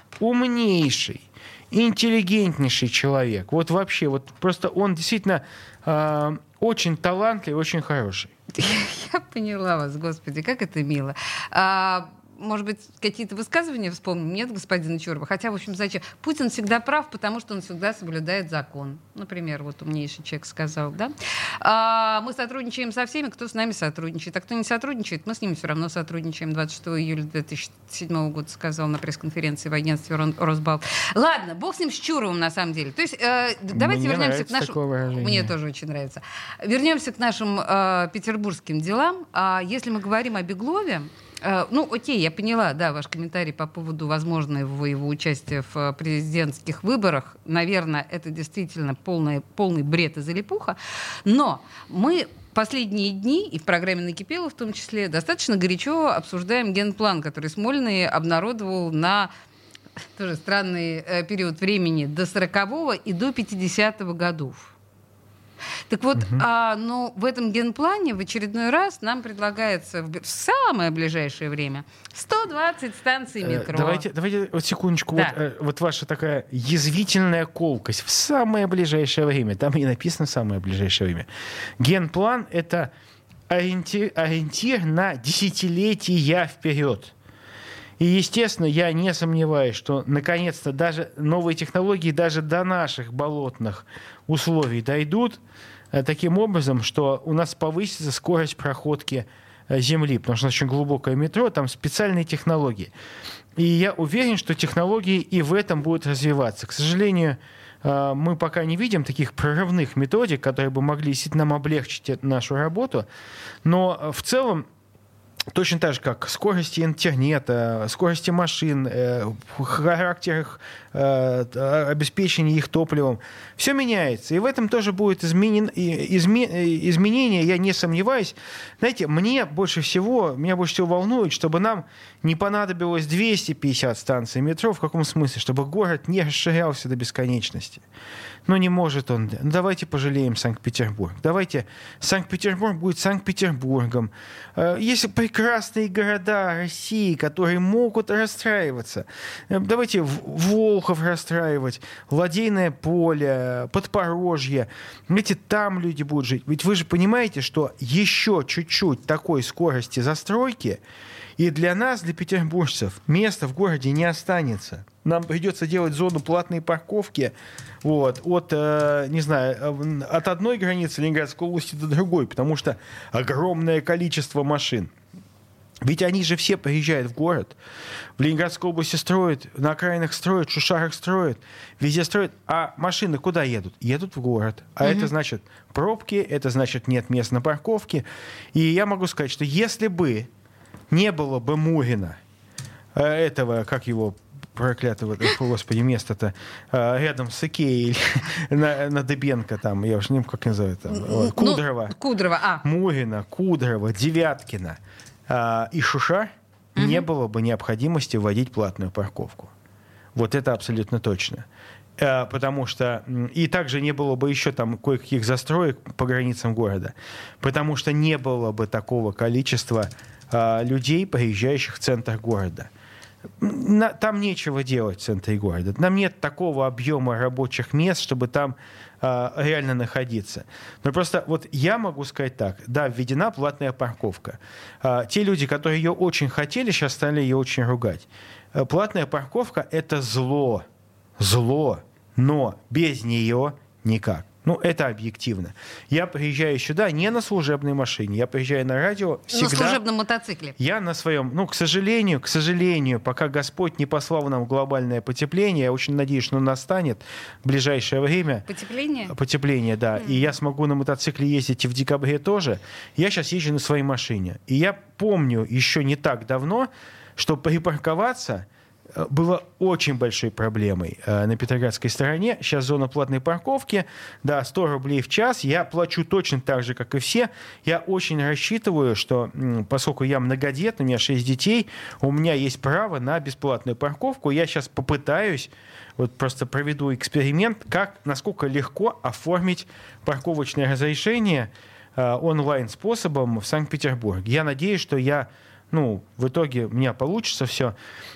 [SPEAKER 3] умнейший, интеллигентнейший человек. Вот вообще, вот просто он действительно э, очень талантливый, очень хороший.
[SPEAKER 2] Я поняла вас, господи, как это мило. А, может быть, какие-то высказывания вспомним? Нет, господина Чурова? Хотя, в общем, зачем? Путин всегда прав, потому что он всегда соблюдает закон. Например, вот умнейший человек сказал, да? А, мы сотрудничаем со всеми, кто с нами сотрудничает. А кто не сотрудничает, мы с ними все равно сотрудничаем. двадцать шестого июля две тысячи седьмого года сказал на пресс-конференции в агентстве Росбалт. Ладно, бог с ним, с Чуровым, на самом деле. То есть, э, давайте
[SPEAKER 3] Мне
[SPEAKER 2] вернемся к нашим... Мне тоже очень нравится. Вернемся к нашим э, петербургским делам. А если мы говорим о Беглове, Uh, ну, окей, я поняла, да, ваш комментарий по поводу возможного его участия в президентских выборах. Наверное, это действительно полный, полный бред и залипуха. Но мы последние дни, и в программе «Накипело» в том числе, достаточно горячо обсуждаем генплан, который Смольный обнародовал на тоже странный э, период времени до сорокового и до пятидесятого годов. Так вот, угу. а, ну, в этом генплане в очередной раз нам предлагается в, в самое ближайшее время сто двадцать станций метро.
[SPEAKER 3] Давайте, давайте вот секундочку.
[SPEAKER 2] Да.
[SPEAKER 3] Вот, вот ваша такая язвительная колкость. В самое ближайшее время. Там и написано «самое ближайшее время». Генплан — это ориентир, ориентир на десятилетия вперед. И, естественно, я не сомневаюсь, что, наконец-то, даже новые технологии даже до наших болотных условий дойдут э, таким образом, что у нас повысится скорость проходки э, Земли, потому что очень глубокое метро, там специальные технологии. И я уверен, что технологии и в этом будут развиваться. К сожалению, э, мы пока не видим таких прорывных методик, которые бы могли действительно нам облегчить нашу работу, но в целом точно так же, как скорости интернета, скорости машин, э, характер их, э, обеспечения их топливом. Все меняется. И в этом тоже будет изменен, изме, изменение, я не сомневаюсь. Знаете, мне больше всего, меня больше всего волнует, чтобы нам не понадобилось двести пятьдесят станций метро. В каком смысле? Чтобы город не расширялся до бесконечности. Но не может он. Ну, давайте пожалеем Санкт-Петербург. Давайте Санкт-Петербург будет Санкт-Петербургом. Есть прекрасные города России, которые могут расстраиваться. Давайте Волхов расстраивать, Ладейное поле, Подпорожье. Видите, там люди будут жить. Ведь вы же понимаете, что еще чуть-чуть такой скорости застройки, и для нас, для петербуржцев, места в городе не останется. Нам придется делать зону платной парковки вот, от, э, не знаю, от одной границы Ленинградской области до другой, потому что огромное количество машин. Ведь они же все приезжают в город. В Ленинградской области строят, на окраинах строят, в Шушарах строят, везде строят. А машины куда едут? Едут в город. А угу. это значит пробки, это значит нет мест на парковке. И я могу сказать, что если бы не было бы Мурина, этого, как его проклятого, господи, место-то рядом с Икеей, на, на Дыбенко там, я уж не помню, как называют, там, Кудрова.
[SPEAKER 2] Ну, Кудрова, а.
[SPEAKER 3] Мурина, Кудрова, Девяткина а, и Шушар, угу. не было бы необходимости вводить платную парковку. Вот это абсолютно точно. А, потому что... И также не было бы еще там кое-каких застроек по границам города, потому что не было бы такого количества людей, приезжающих в центр города. Там нечего делать в центре города. Там нет такого объема рабочих мест, чтобы там а, реально находиться. Но просто вот я могу сказать так. Да, введена платная парковка. А, те люди, которые ее очень хотели, сейчас стали ее очень ругать. А, платная парковка — это зло. Зло. Но без нее никак. Ну, это объективно. Я приезжаю сюда не на служебной машине, я приезжаю на радио всегда...
[SPEAKER 2] На служебном мотоцикле.
[SPEAKER 3] Я на своем... Ну, к сожалению, к сожалению, пока Господь не послал нам глобальное потепление, я очень надеюсь, что оно настанет в ближайшее время.
[SPEAKER 2] Потепление?
[SPEAKER 3] Потепление, да. Mm. И я смогу на мотоцикле ездить и в декабре тоже. Я сейчас езжу на своей машине. И я помню еще не так давно, что припарковаться было очень большой проблемой э, на Петроградской стороне. Сейчас зона платной парковки. Да, сто рублей в час. Я плачу точно так же, как и все. Я очень рассчитываю, что м, поскольку я многодетный, у меня шесть детей, у меня есть право на бесплатную парковку. Я сейчас попытаюсь, вот просто проведу эксперимент, как, насколько легко оформить парковочное разрешение э, онлайн-способом в Санкт-Петербурге. Я надеюсь, что я, ну, в итоге у меня получится все.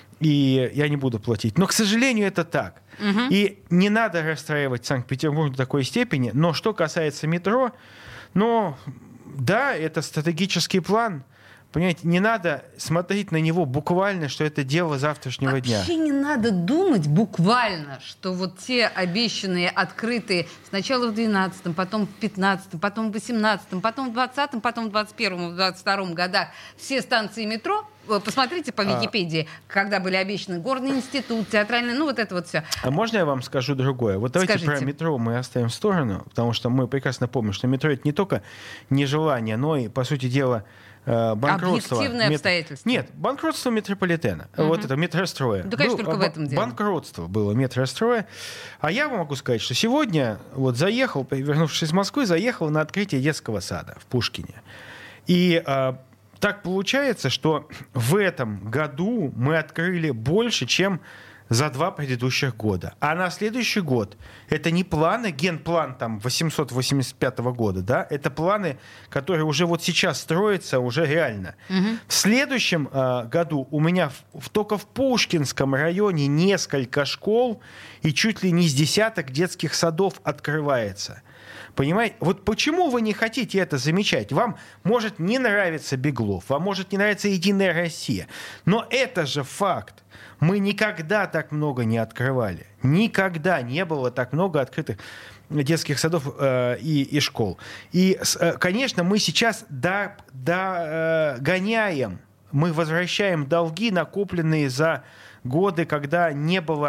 [SPEAKER 3] И я не буду платить. Но, к сожалению, это так. Угу. И не надо расстраивать Санкт-Петербург до такой степени. Но что касается метро, ну, да, это стратегический план. Понимаете, не надо смотреть на него буквально, что это дело завтрашнего
[SPEAKER 2] Вообще
[SPEAKER 3] дня.
[SPEAKER 2] Вообще не надо думать буквально, что вот те обещанные, открытые сначала в двенадцатом, потом в пятнадцатом, потом в восемнадцатом, потом в двадцатом, потом в двадцать первом, в двадцать втором годах все станции метро, посмотрите по Википедии, а... когда были обещаны Горный институт, театральный, ну вот это вот все.
[SPEAKER 3] А можно я вам скажу другое? Вот давайте
[SPEAKER 2] Скажите.
[SPEAKER 3] Про метро мы оставим в сторону, потому что мы прекрасно помним, что метро — это не только нежелание, но и, по сути дела, банкротство.
[SPEAKER 2] Объективные Мет... обстоятельства.
[SPEAKER 3] Нет, банкротство метрополитена. Угу. Вот это метростроя.
[SPEAKER 2] Да, конечно,
[SPEAKER 3] Был,
[SPEAKER 2] только в этом дело.
[SPEAKER 3] Банкротство было метростроя. А я вам могу сказать, что сегодня вот заехал, вернувшись из Москвы, заехал на открытие детского сада в Пушкине. И а, так получается, что в этом году мы открыли больше, чем за два предыдущих года. А на следующий год это не планы, генплан там восемьсот восемьдесят пятого года, да, это планы, которые уже вот сейчас строятся уже реально. Угу. В следующем э, году у меня в, в, только в Пушкинском районе несколько школ и чуть ли не с десяток детских садов открывается. Понимаете? Вот почему вы не хотите это замечать? Вам может не нравиться Беглов, вам может не нравиться Единая Россия, но это же факт. Мы никогда так много не открывали. Никогда не было так много открытых детских садов э, и, и школ. И, э, конечно, мы сейчас до, до, э, гоняем, мы возвращаем долги, накопленные за годы, когда не было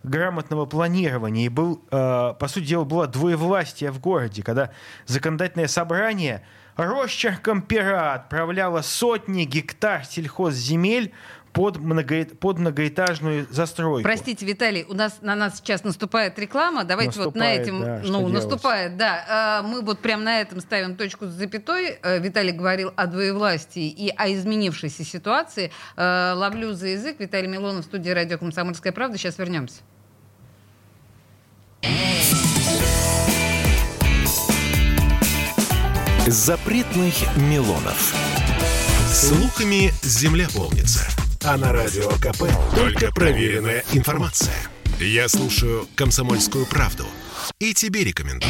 [SPEAKER 3] грамотного планирования. И был, э, по сути дела, было двоевластие в городе, когда законодательное собрание росчерком пера отправляло сотни гектар сельхозземель под, много, под многоэтажную застройку.
[SPEAKER 2] Простите, Виталий, у нас на нас сейчас наступает реклама. Давайте наступает, вот на этом,
[SPEAKER 3] да,
[SPEAKER 2] ну, наступает, да. Мы вот прямо на этом ставим точку с запятой. Виталий говорил о двоевластии и о изменившейся ситуации. Ловлю за язык. Виталий Милонов, в студии радио «Комсомольская правда». Сейчас вернемся.
[SPEAKER 1] Запретных Милонов. Слухами земля полнится. А на радио КП только проверенная информация. Я слушаю «Комсомольскую правду» и тебе рекомендую.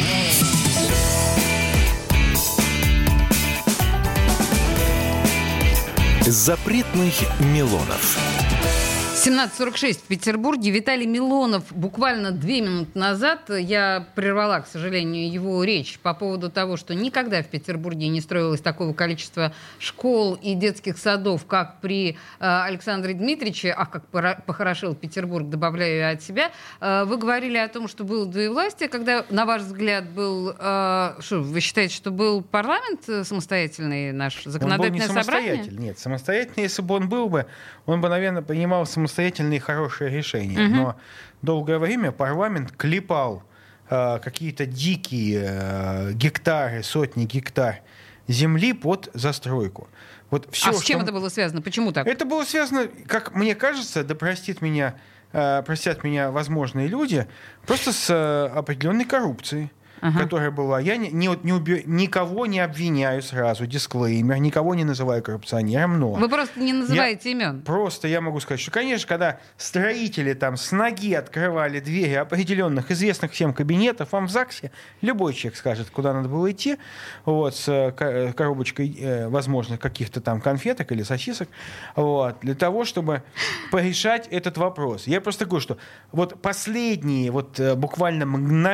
[SPEAKER 1] Запретных Милонов.
[SPEAKER 2] семнадцать сорок шесть в Петербурге. Виталий Милонов буквально две минуты назад, я прервала, к сожалению, его речь по поводу того, что никогда в Петербурге не строилось такого количества школ и детских садов, как при э, Александре Дмитриевиче. Ах, как похорошел Петербург, добавляю я от себя. Э, вы говорили о том, что было двоевластие, когда, на ваш взгляд, был... Э, что, вы считаете, что был парламент самостоятельный, наш законодательное
[SPEAKER 3] он был не
[SPEAKER 2] собрание?
[SPEAKER 3] Самостоятельный. Нет, самостоятельный, если бы он был бы, он бы, наверное, принимал самостоятельно самостоятельные хорошие решения. Uh-huh. Но долгое время парламент клепал э, какие-то дикие э, гектары, сотни гектар земли под застройку. Вот все,
[SPEAKER 2] а с чем
[SPEAKER 3] что...
[SPEAKER 2] это было связано? Почему так?
[SPEAKER 3] Это было связано, как мне кажется, да простит меня, э, простят меня возможные люди, просто с э, определенной коррупцией. Ага. Которая была. Я не, не, не уби... никого не обвиняю сразу, дисклеймер, никого не называю коррупционером, но...
[SPEAKER 2] Вы просто не называете
[SPEAKER 3] я...
[SPEAKER 2] имен.
[SPEAKER 3] Просто я могу сказать, что, конечно, когда строители там с ноги открывали двери определенных, известных всем кабинетов, вам в ЗАГСе любой человек скажет, куда надо было идти, вот, с коробочкой, э, возможно, каких-то там конфеток или сосисок, вот, для того, чтобы порешать этот вопрос. Я просто говорю, что вот последние, вот буквально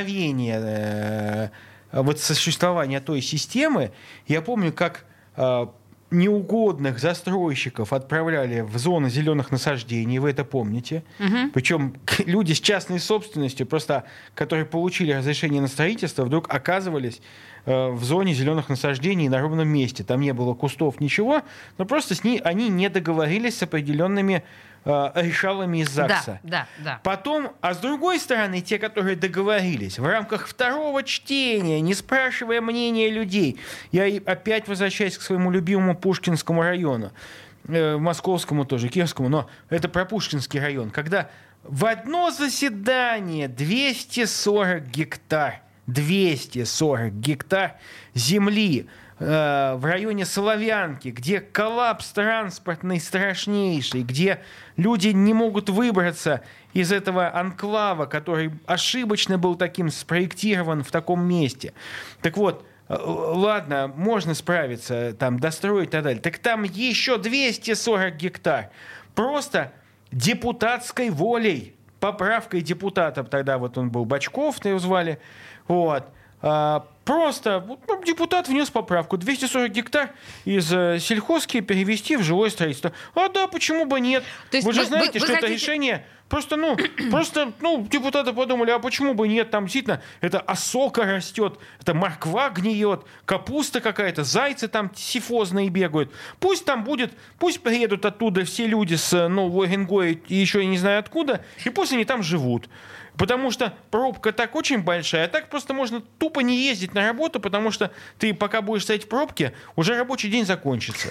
[SPEAKER 3] мгновения вот существования той системы, я помню, как э, неугодных застройщиков отправляли в зоны зеленых насаждений, вы это помните. Угу. Причем люди с частной собственностью, просто которые получили разрешение на строительство, вдруг оказывались э, в зоне зеленых насаждений на ровном месте. Там не было кустов, ничего, но просто с ней, они не договорились с определенными решалами из ЗАГСа.
[SPEAKER 2] Да, да, да.
[SPEAKER 3] Потом, а с другой стороны, те, которые договорились в рамках второго чтения, не спрашивая мнения людей, я опять возвращаюсь к своему любимому Пушкинскому району, э, московскому тоже, Киевскому, но это про Пушкинский район, когда в одно заседание двести сорок гектар, двести сорок гектар земли в районе Соловянки, где коллапс транспортный страшнейший, где люди не могут выбраться из этого анклава, который ошибочно был таким спроектирован в таком месте. Так вот, ладно, можно справиться, там, достроить и так далее. Так там еще двести сорок гектар. Просто депутатской волей, поправкой депутата, тогда вот он был Бочков, его звали, вот, просто ну, депутат внес поправку. двести сорок гектар из э, сельхозки перевести в жилое строительство. А да, почему бы нет? То есть вы же вы, знаете, вы, вы что хотите... это решение... Просто, ну, просто, ну, депутаты подумали, а почему бы нет? Там действительно это осока растет, это морква гниет, капуста какая-то, зайцы там сифозные бегают. Пусть там будет, пусть приедут оттуда все люди с Нового Уренгоя и еще я не знаю откуда, и пусть они там живут. Потому что пробка так очень большая, а так просто можно тупо не ездить на работу, потому что ты пока будешь стоять в пробке, уже рабочий день закончится.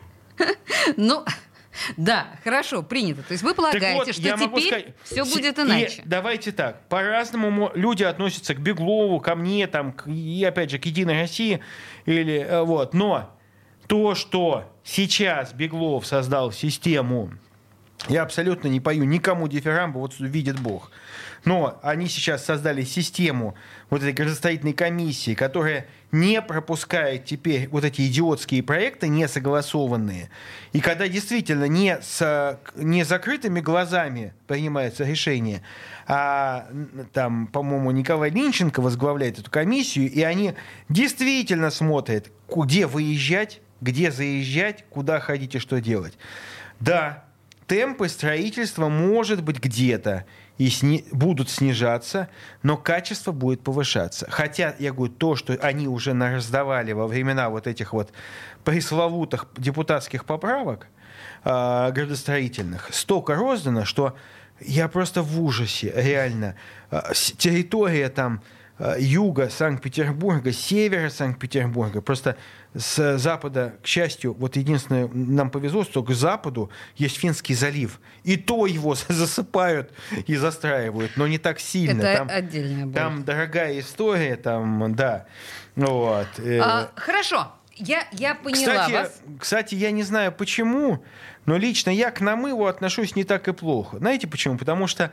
[SPEAKER 2] Ну, да, хорошо, принято. То есть вы полагаете, вот, что теперь сказать, все будет иначе.
[SPEAKER 3] И давайте так, по-разному люди относятся к Беглову, ко мне, там, и опять же к Единой России. Или, вот. Но то, что сейчас Беглов создал систему, я абсолютно не пою никому дифирамбы, вот видит Бог. Но они сейчас создали систему вот этой градостроительной комиссии, которая не пропускает теперь вот эти идиотские проекты, не согласованные. И когда действительно не с не закрытыми глазами принимается решение, а там, по-моему, Николай Линченко возглавляет эту комиссию, и они действительно смотрят, где выезжать, где заезжать, куда ходить и что делать. Да, темпы строительства, может быть, где-то и сни- будут снижаться, но качество будет повышаться. Хотя, я говорю, то, что они уже раздавали во времена вот этих вот пресловутых депутатских поправок э, градостроительных, столько роздано, что я просто в ужасе, реально. Э, территория там э, юга Санкт-Петербурга, севера Санкт-Петербурга, просто с запада, к счастью, вот единственное, нам повезло, что к западу есть Финский залив. И то его засыпают и застраивают, но не так сильно.
[SPEAKER 2] Это
[SPEAKER 3] там,
[SPEAKER 2] отдельная боль.
[SPEAKER 3] Там дорогая история, там, да. Вот.
[SPEAKER 2] А, хорошо, я, я поняла
[SPEAKER 3] кстати,
[SPEAKER 2] вас.
[SPEAKER 3] Кстати, я не знаю почему, но лично я к Намыву отношусь не так и плохо. Знаете почему? Потому что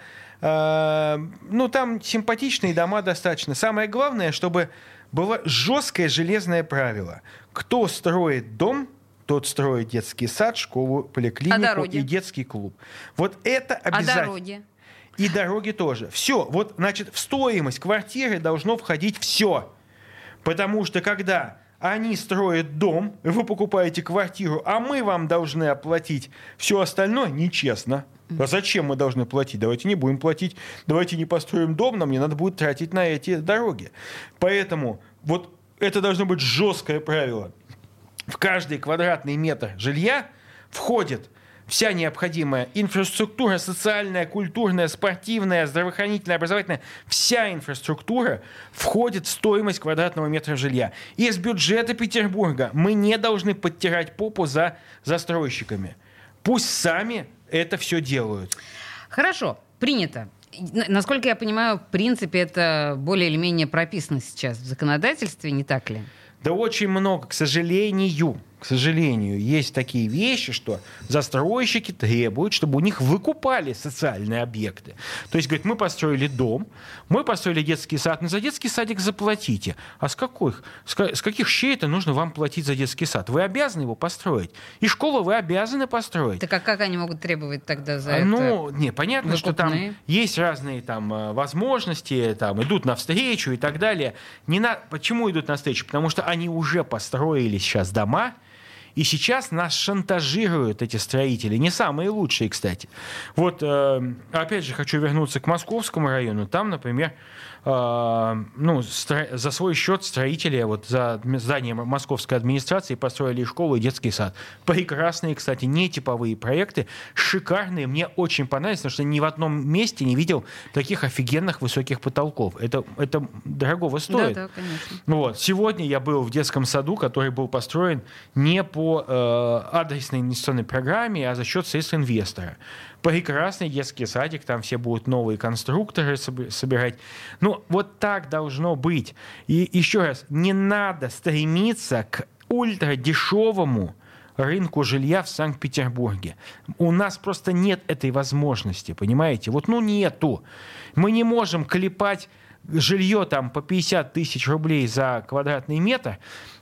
[SPEAKER 3] э, ну, там симпатичные дома достаточно. Самое главное, чтобы было жесткое железное правило. Кто строит дом, тот строит детский сад, школу, поликлинику
[SPEAKER 2] а
[SPEAKER 3] и детский клуб. Вот это обязательно.
[SPEAKER 2] А дороги?
[SPEAKER 3] И дороги тоже. Все. Вот, значит, в стоимость квартиры должно входить все. Потому что когда они строят дом, вы покупаете квартиру, а мы вам должны оплатить все остальное, нечестно. А зачем мы должны платить? Давайте не будем платить, давайте не построим дом, нам не надо будет тратить на эти дороги. Поэтому вот это должно быть жесткое правило. В каждый квадратный метр жилья входит вся необходимая инфраструктура, социальная, культурная, спортивная, здравоохранительная, образовательная, вся инфраструктура входит в стоимость квадратного метра жилья. Из бюджета Петербурга мы не должны подтирать попу за застройщиками. Пусть сами это все делают.
[SPEAKER 2] Хорошо, принято. Насколько я понимаю, в принципе, это более или менее прописано сейчас в законодательстве, не так ли?
[SPEAKER 3] Да очень много, к сожалению. К сожалению, есть такие вещи, что застройщики требуют, чтобы у них выкупали социальные объекты. То есть, говорят, мы построили дом, мы построили детский сад, но за детский садик заплатите. А с каких, с каких щей это нужно вам платить за детский сад? Вы обязаны его построить. И школу вы обязаны построить.
[SPEAKER 2] Так а как они могут требовать тогда за это?
[SPEAKER 3] Ну, не, понятно,
[SPEAKER 2] выкупные?
[SPEAKER 3] Что там есть разные там возможности, там идут навстречу и так далее. Не на... Почему идут навстречу? Потому что они уже построили сейчас дома, и сейчас нас шантажируют эти строители. Не самые лучшие, кстати. Вот, э, опять же, хочу вернуться к Московскому району. Там, например, э, ну, стро... за свой счет строители вот, за здание московской администрации построили и школу, и детский сад. Прекрасные, кстати, не типовые проекты. Шикарные. Мне очень понравилось, потому что ни в одном месте не видел таких офигенных высоких потолков. Это, это дорогого стоит.
[SPEAKER 2] Да, да, конечно.
[SPEAKER 3] Вот. Сегодня я был в детском саду, который был построен не по по э, адресной инвестиционной программе, а за счет средств инвестора. Прекрасный детский садик, там все будут новые конструкторы собирать. Ну, вот так должно быть. И еще раз, не надо стремиться к ультрадешевому рынку жилья в Санкт-Петербурге. У нас просто нет этой возможности, понимаете? Вот ну нету. Мы не можем клепать жилье там по пятьдесят тысяч рублей за квадратный метр,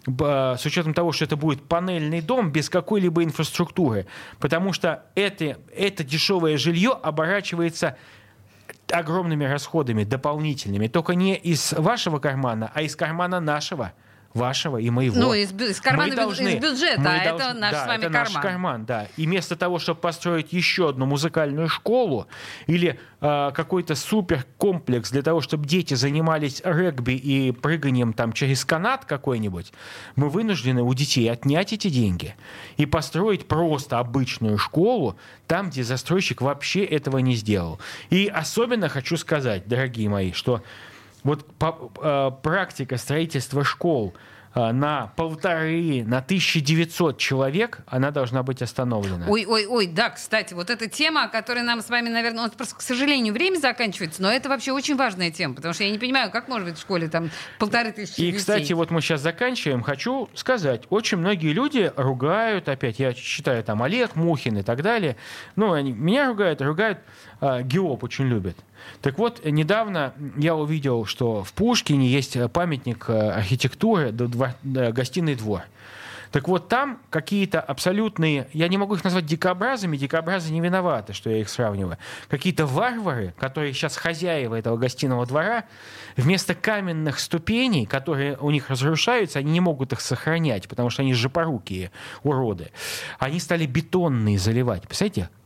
[SPEAKER 3] с учетом того, что это будет панельный дом без какой-либо инфраструктуры. Потому что это, это дешевое жилье оборачивается огромными расходами дополнительными. Только не из вашего кармана, а из кармана нашего. Вашего и моего.
[SPEAKER 2] Ну, из, из кармана, должны, из бюджета, а
[SPEAKER 3] должны,
[SPEAKER 2] это наш
[SPEAKER 3] да,
[SPEAKER 2] с вами
[SPEAKER 3] это
[SPEAKER 2] карман.
[SPEAKER 3] Наш карман, да. И вместо того, чтобы построить еще одну музыкальную школу или э, какой-то суперкомплекс для того, чтобы дети занимались регби и прыганием там через канат какой-нибудь, мы вынуждены у детей отнять эти деньги и построить просто обычную школу там, где застройщик вообще этого не сделал. И особенно хочу сказать, дорогие мои, что вот по, э, практика строительства школ э, на полторы, на тысячу девятьсот человек, она должна быть остановлена.
[SPEAKER 2] Ой, ой, ой, да, кстати, вот эта тема, о которой нам с вами, наверное, у нас просто, к сожалению, время заканчивается, но это вообще очень важная тема, потому что я не понимаю, как может быть в школе там полторы тысячи детей.
[SPEAKER 3] И, кстати, вот мы сейчас заканчиваем, хочу сказать, очень многие люди ругают, опять, я считаю, там, Олег Мухин и так далее, ну, они меня ругают, ругают, э, ГИОП очень любят. Так вот, недавно я увидел, что в Пушкине есть памятник архитектуры, гостиный двор. Так вот, там какие-то абсолютные, я не могу их назвать дикобразами, дикобразы не виноваты, что я их сравниваю, какие-то варвары, которые сейчас хозяева этого гостиного двора, вместо каменных ступеней, которые у них разрушаются, они не могут их сохранять, потому что они жопорукие уроды. Они стали бетонные заливать. Представляете?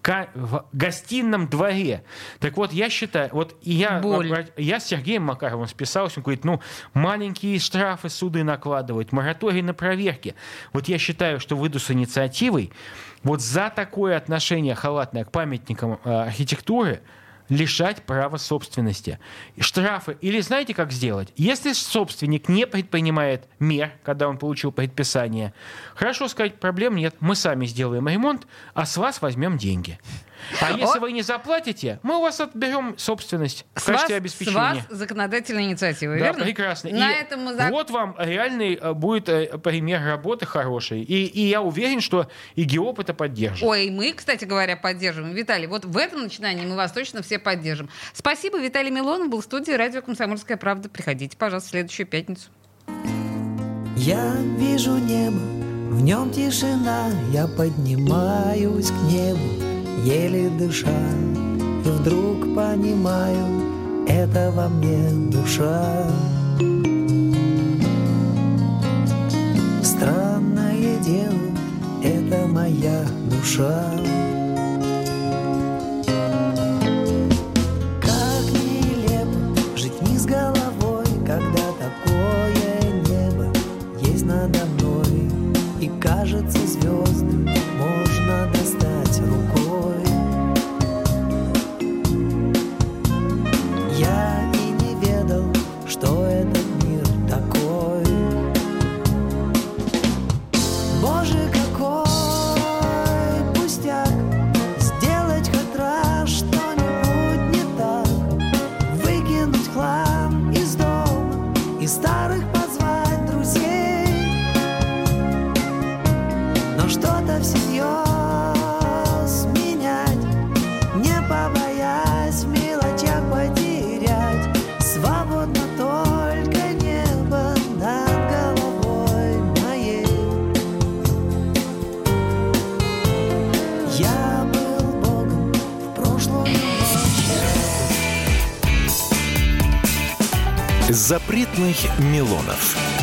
[SPEAKER 3] ка- в гостином дворе. Так вот, я считаю, вот и я, я с Сергеем Макаровым списался, он говорит, ну, маленькие штрафы суды накладывают, мораторий на проверки. Вот я считаю, что выйду с инициативой вот за такое отношение халатное к памятникам э, архитектуры лишать права собственности. Штрафы. Или знаете, как сделать? Если собственник не предпринимает мер, когда он получил предписание, хорошо сказать, проблем нет. Мы сами сделаем ремонт, а с вас возьмем деньги. А если О! вы не заплатите, мы у вас отберем собственность в с качестве
[SPEAKER 2] вас,
[SPEAKER 3] обеспечения.
[SPEAKER 2] С вас законодательная инициатива,
[SPEAKER 3] да,
[SPEAKER 2] верно?
[SPEAKER 3] Прекрасно.
[SPEAKER 2] На
[SPEAKER 3] и
[SPEAKER 2] этом мы за...
[SPEAKER 3] Вот вам реальный будет пример работы хороший. И, и я уверен, что и ГИОП это поддержит.
[SPEAKER 2] Ой, мы, кстати говоря, поддерживаем. Виталий, вот в этом начинании мы вас точно все поддержим. Спасибо. Виталий Милонов был в студии радио «Комсомольская правда». Приходите, пожалуйста, в следующую пятницу.
[SPEAKER 4] Я вижу небо, в нем тишина, я поднимаюсь к небу, еле дыша, и вдруг понимаю, это во мне душа. Странное дело, это моя душа. Как нелепо жить не с головой, когда такое небо есть надо мной, и кажется, звезды можно достать рукой. Я и не ведал, что этот мир такой. Боже, какой пустяк сделать хоть раз что-нибудь не так, выкинуть хлам из дома и старых позвать друзей. Но что-то всерьез менять, не побоясь в мелочах потерять. Свободно только небо над головой моей. Я был Богом в прошлую ночь.
[SPEAKER 1] Запретных Милонов.